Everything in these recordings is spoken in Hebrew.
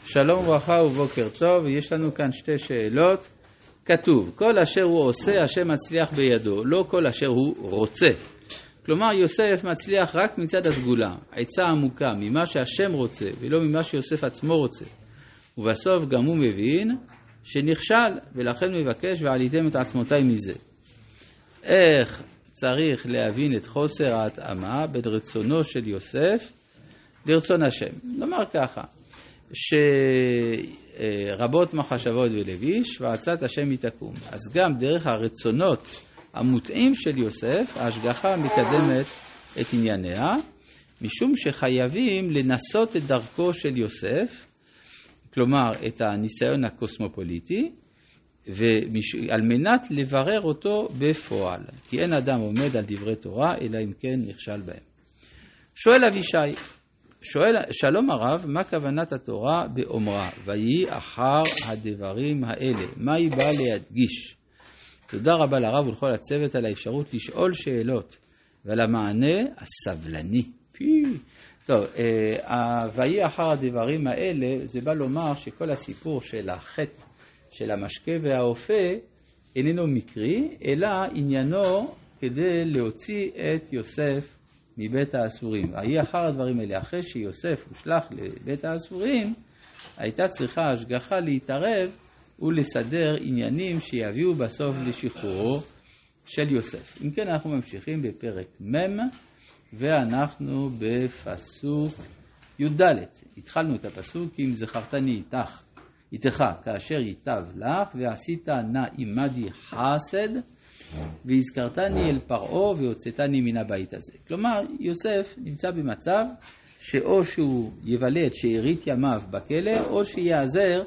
שלום וברכה ובוקר טוב, יש לנו כאן שתי שאלות. כתוב, כל אשר הוא עושה, השם מצליח בידו, לא כל אשר הוא רוצה. כלומר, יוסף מצליח רק מצד הסגולה, עצה עמוקה, ממה שהשם רוצה, ולא ממה שיוסף עצמו רוצה. ובסוף גם הוא מבין שנכשל, ולכן מבקש ועליתם את עצמותיי מזה. איך צריך להבין את חוסר ההתאמה בין רצונו של יוסף לרצון השם? נאמר ככה, שרבות מחשבות ולביש, ועצת השם יתקום. אז גם דרך הרצונות המוטעים של יוסף, ההשגחה מקדמת את ענייניה, משום שחייבים לנסות את דרכו של יוסף, כלומר את הניסיון הקוסמופוליטי, ועל מנת לברר אותו בפועל. כי אין אדם עומד על דברי תורה, אלא אם כן נכשל בהם. שואל אבישי, שלום הרב, מה כוונת התורה באומרה? ויהי אחר הדברים האלה. מה היא באה להדגיש? תודה רבה לרב ולכל הצוות על האפשרות לשאול שאלות, ועל המענה הסבלני. טוב, ויהי אחר הדברים האלה, זה בא לומר שכל הסיפור של החטא של המשקה והאופה איננו מקרי, אלא עניינו כדי להוציא את יוסף מבית האסורים. ויהי אחר הדברים האלה, אחרי שיוסף הושלח לבית האסורים, הייתה צריכה השגחה להתערב ולסדר עניינים שיביאו בסוף לשחרורו של יוסף. אם כן, אנחנו ממשיכים בפרק מ' ואנחנו בפסוק י"ד. התחלנו את הפסוק, אם זכרתני איתך כאשר ייטב לך, ועשית נא עמדי חסד, והזכרתני אל פרעה והוצאתני מן הבית הזה. כלומר, יוסף נמצא במצב שאו שהוא יבלה את שארית ימיו בכלא, או שיעזר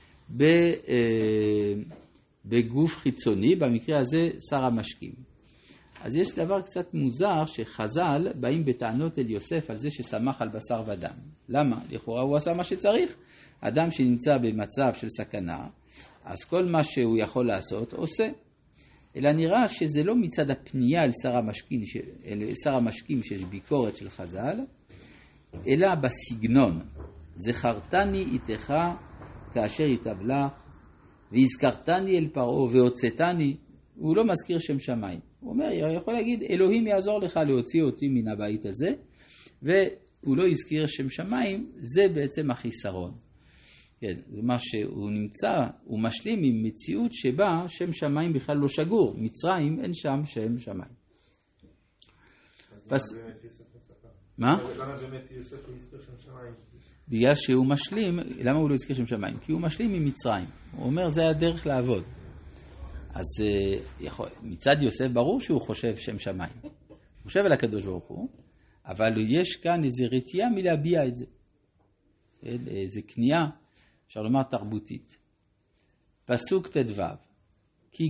בגוף חיצוני, במקרה הזה שר המשקים. אז יש דבר קצת מוזר שחז"ל באים בטענות אל יוסף על זה ששמח על בשר ודם. למה? לכאורה הוא עשה מה שצריך. אדם שנמצא במצב של סכנה, אז כל מה שהוא יכול לעשות עושה. אלא נראה שזה לא מצד הפנייה אל שר המשקים שיש ביקורת של חז"ל, אלא בסגנון. זכרתני איתך כאשר ייטב לך, והזכרתני אל פרעה והוצאתני. הוא לא מזכיר שם שמיים. הוא אומר, יכול להגיד, אלוהים יעזור לך להוציא אותי מן הבית הזה, והוא לא יזכיר שם שמיים, זה בעצם החיסרון. כן, זה מה שהוא נמצא, הוא משלים עם מציאות שבה שם שמיים בכלל לא שגור. מצרים אין שם שם שמיים. מה? למה באמת יוסף לא יזכיר שם שמיים? בגלל שהוא משלים, למה הוא לא יזכיר שם שמיים? כי הוא משלים עם מצרים. הוא אומר, זה הדרך לעבוד. אז מצד יוסף ברור שהוא חושב שם שמיים. הוא חושב על הקדוש ברוך הוא, אבל יש כאן איזו רתיעה מלהביע את זה. איזו קנייה, אפשר לומר תרבותית. פסוק ט"ו, כי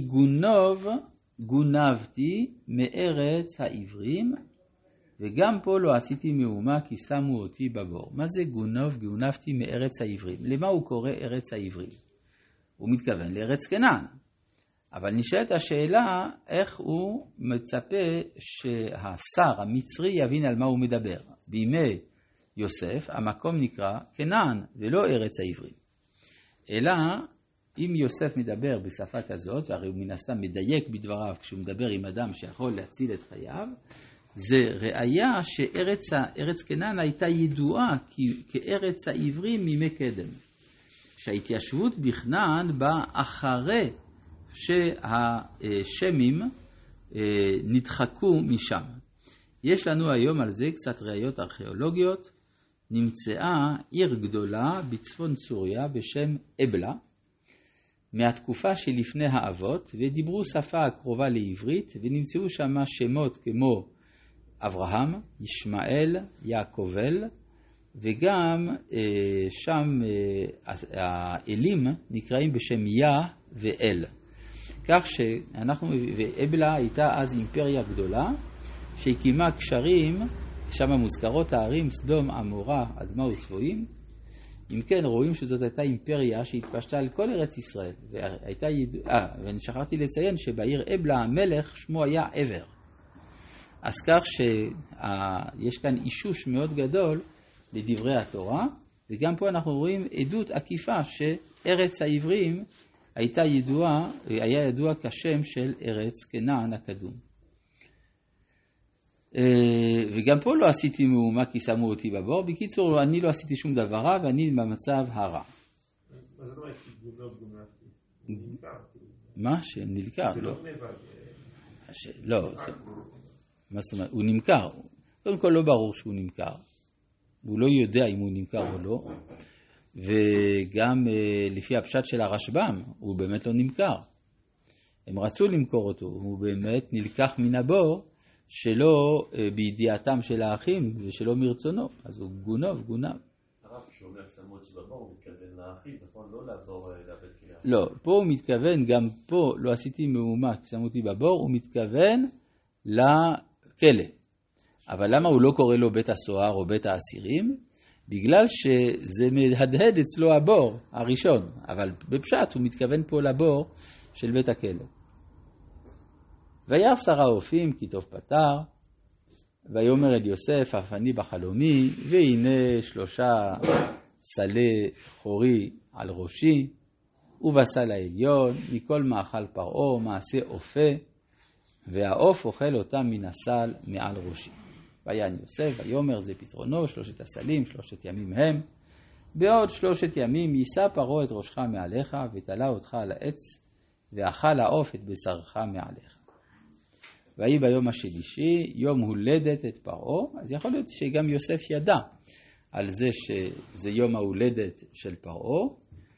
גונבתי מארץ העברים, וגם פה לא עשיתי מאומה כי שמו אותי בבור. מה זה גונבתי מארץ העברים? למה הוא קורא ארץ העברים? הוא מתכוון לארץ כנען. אבל נשאלת השאלה איך הוא מצפה שהשר המצרי יבין על מה הוא מדבר. בימי יוסף המקום נקרא כנען ולא ארץ העברים. אלא אם יוסף מדבר בשפה כזאת, והרי הוא מן הסתם מדייק בדבריו כשהוא מדבר עם אדם שיכול להציל את חייו, זה ראיה שארץ כנען הייתה ידועה כארץ העברים מימי קדם. שההתיישבות בכנען באה אחרי שהשמים נדחקו משם. יש לנו היום על זה קצת ראיות ארכיאולוגיות. נמצאה עיר גדולה בצפון סוריה בשם אבלה, מהתקופה שלפני האבות, ודיברו שפה הקרובה לעברית, ונמצאו שם שמות כמו אברהם, ישמעאל, יעקבל, וגם שם האלים נקראים בשם יה ואל. כך ואבלה הייתה אז אימפריה גדולה, שהקימה קשרים, שם מוזכרות הערים סדום, עמורה, אדמה וצבועים. אם כן, רואים שזאת הייתה אימפריה שהתפשטה על כל ארץ ישראל. ואני שכחתי לציין שבעיר אבלה המלך שמו היה עבר. אז כך שיש כאן אישוש מאוד גדול לדברי התורה, וגם פה אנחנו רואים עדות עקיפה שארץ העברים היה ידוע כשם של ארץ כנען הקדום. וגם פה לא עשיתי מהומה כי שמו אותי בבור. בקיצור, אני לא עשיתי שום דבר רע ואני במצב הרע. מה זאת אומרת? גונבתי. מה? שנלקח? זה לא גניבה. לא, מה זאת אומרת? הוא נמכר. קודם כל לא ברור שהוא נמכר. הוא לא יודע אם הוא נמכר או לא. וגם לפי הפשט של הרשב"ם, הוא באמת לא נמכר. הם רצו למכור אותו, הוא באמת נלקח מן הבור, שלא בידיעתם של האחים ושלא מרצונו, אז הוא גונב. הרב שאומר שמו אותי בבור, הוא מתכוון לאחים, נכון? לא לעבור לאבד כליה. לא, פה הוא מתכוון, גם פה לא עשיתי מהומה, כששמו אותי בבור, הוא מתכוון לכלא. אבל למה הוא לא קורא לו בית הסוהר או בית האסירים? בגלל שזה מהדהד אצלו הבור הראשון, אבל בפשט הוא מתכוון פה לבור של בית הכלא. וירא שר האופים כי טוב פתר, ויאמר אל יוסף אף אני בחלומי, והנה 3 סלי חורי על ראשי, ובסל העליון מכל מאכל פרעה מעשה אופה, והעוף אוכל אותם מן הסל מעל ראשי. ויען יוסף ויאמר זה פתרונו 3 הסלים 3 ימים הם, בעוד 3 ימים יישא פרעה את ראשך מעליך ותלה אותך על העץ, ואכל העוף את בשרך מעליך. ויהי ביום השלישי יום הולדת את פרעה. אז יכול להיות שגם יוסף ידע על זה שזה יום ההולדת של פרעה,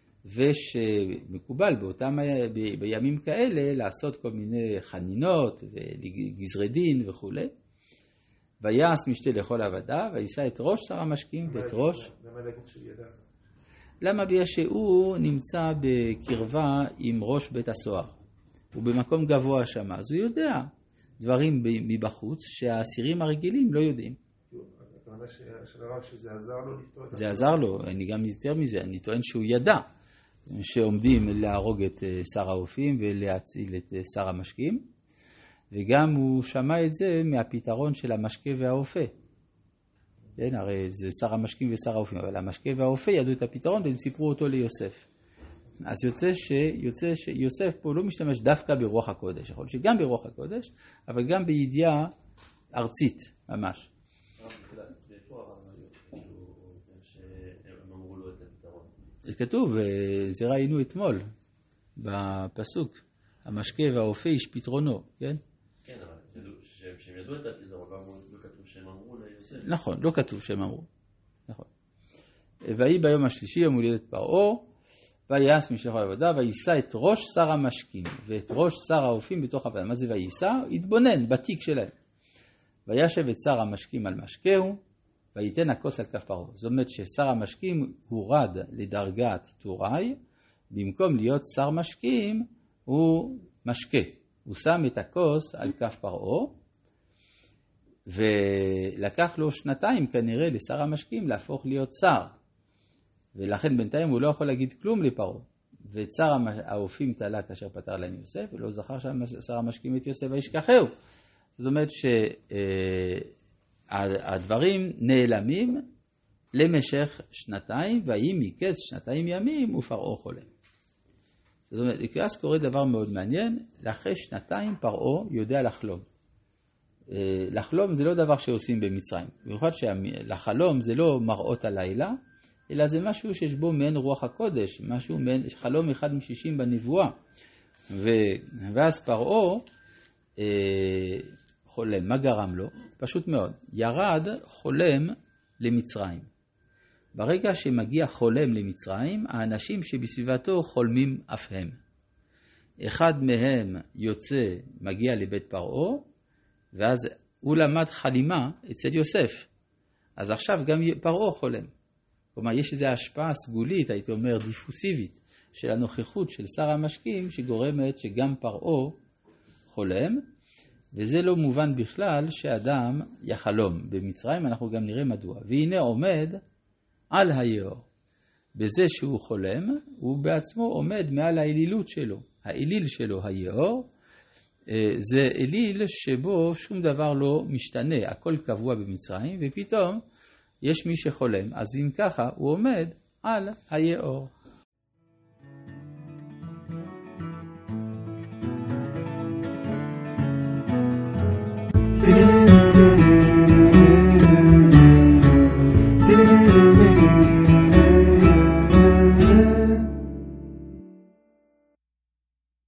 ושמקובל בימים כאלה לעשות כל מיני חנינות וגזרי דין וכו'. ויעש משתה לכל עבדה, ויישא את ראש שר המשקים ואת ראש. למה להגיד שהוא ידע? למה? בגלל שהוא נמצא בקרבה עם ראש בית הסוהר. הוא במקום גבוה שם, אז הוא יודע דברים מבחוץ שהאסירים הרגילים לא יודעים. הכוונה של הרב שזה עזר לו לפתור את זה עזר לו, אני גם יותר מזה, אני טוען שהוא ידע שעומדים להרוג את שר האופים ולהציל את שר המשקים, וגם הוא שמע את זה מהפתרון של המשקה והאופה. כן, הרי זה שר המשקים ושר האופים, אבל המשקה והאופה ידעו את הפתרון והם סיפרו אותו ליוסף. אז יוצא שיוסף פה לא משתמש דווקא ברוח הקודש, יכול להיות שגם ברוח הקודש, אבל גם בידיעה ארצית ממש. איפה הרב שהם אמרו לו את הפתרון? זה כתוב, זה ראינו אתמול בפסוק, המשקה והאופה איש פתרונו, כן? כן, אבל שהם ידעו את הפתרון, לא כתוב שהם אמרו ליוסף. נכון, לא כתוב שהם אמרו. נכון. ויהי ביום השלישי יום הולדת פרעה, ויעש משלח לעבודה, ויישא את ראש שר המשקים ואת ראש שר האופים בתוך עבודה. מה זה ויישא? התבונן בתיק שלהם. וישב את שר המשקים על משקהו, וייתן הכוס על כף פרעה. זאת אומרת ששר המשקים הורד לדרגת טוראי, במקום להיות שר משקים הוא משקה. הוא שם את הכוס על כף פרעה, ולקח לו 2 כנראה לשר המשקים להפוך להיות שר. ולכן בינתיים הוא לא יכול להגיד כלום לפרעה. ואת שר האופים תלה כאשר פטר להם יוסף, ולא זכר שר המשקים את יוסף וישכחהו. זאת אומרת שהדברים נעלמים למשך 2, ויהי מקץ 2 ימים ופרעה חולם. זאת אומרת, אז קורה דבר מאוד מעניין, לאחרי 2 פרעה יודע לחלום. לחלום זה לא דבר שעושים במצרים. במיוחד שלחלום זה לא מראות הלילה, אלא זה משהו שיש בו מעין רוח הקודש, משהו מעין חלום 1 מ-60 בנבואה. ואז פרעה חולם. מה גרם לו? פשוט מאוד. ירד חולם למצרים. ברגע שמגיע חולם למצרים, האנשים שבסביבתו חולמים אף הם. אחד מהם יוצא, מגיע לבית פרעה, ואז הוא למד חלימה אצל יוסף. אז עכשיו גם פרעה חולם. כלומר, יש איזו השפעה סגולית, הייתי אומר דיפוסיבית, של הנוכחות של שר המשקים, שגורמת שגם פרעה חולם, וזה לא מובן בכלל שאדם יחלום. במצרים אנחנו גם נראה מדוע. והנה עומד על היאור. בזה שהוא חולם, הוא בעצמו עומד מעל האלילות שלו. האליל שלו, היאור, זה אליל שבו שום דבר לא משתנה, הכל קבוע במצרים, ופתאום יש מי שחולם, אז אם ככה הוא עומד על היאור.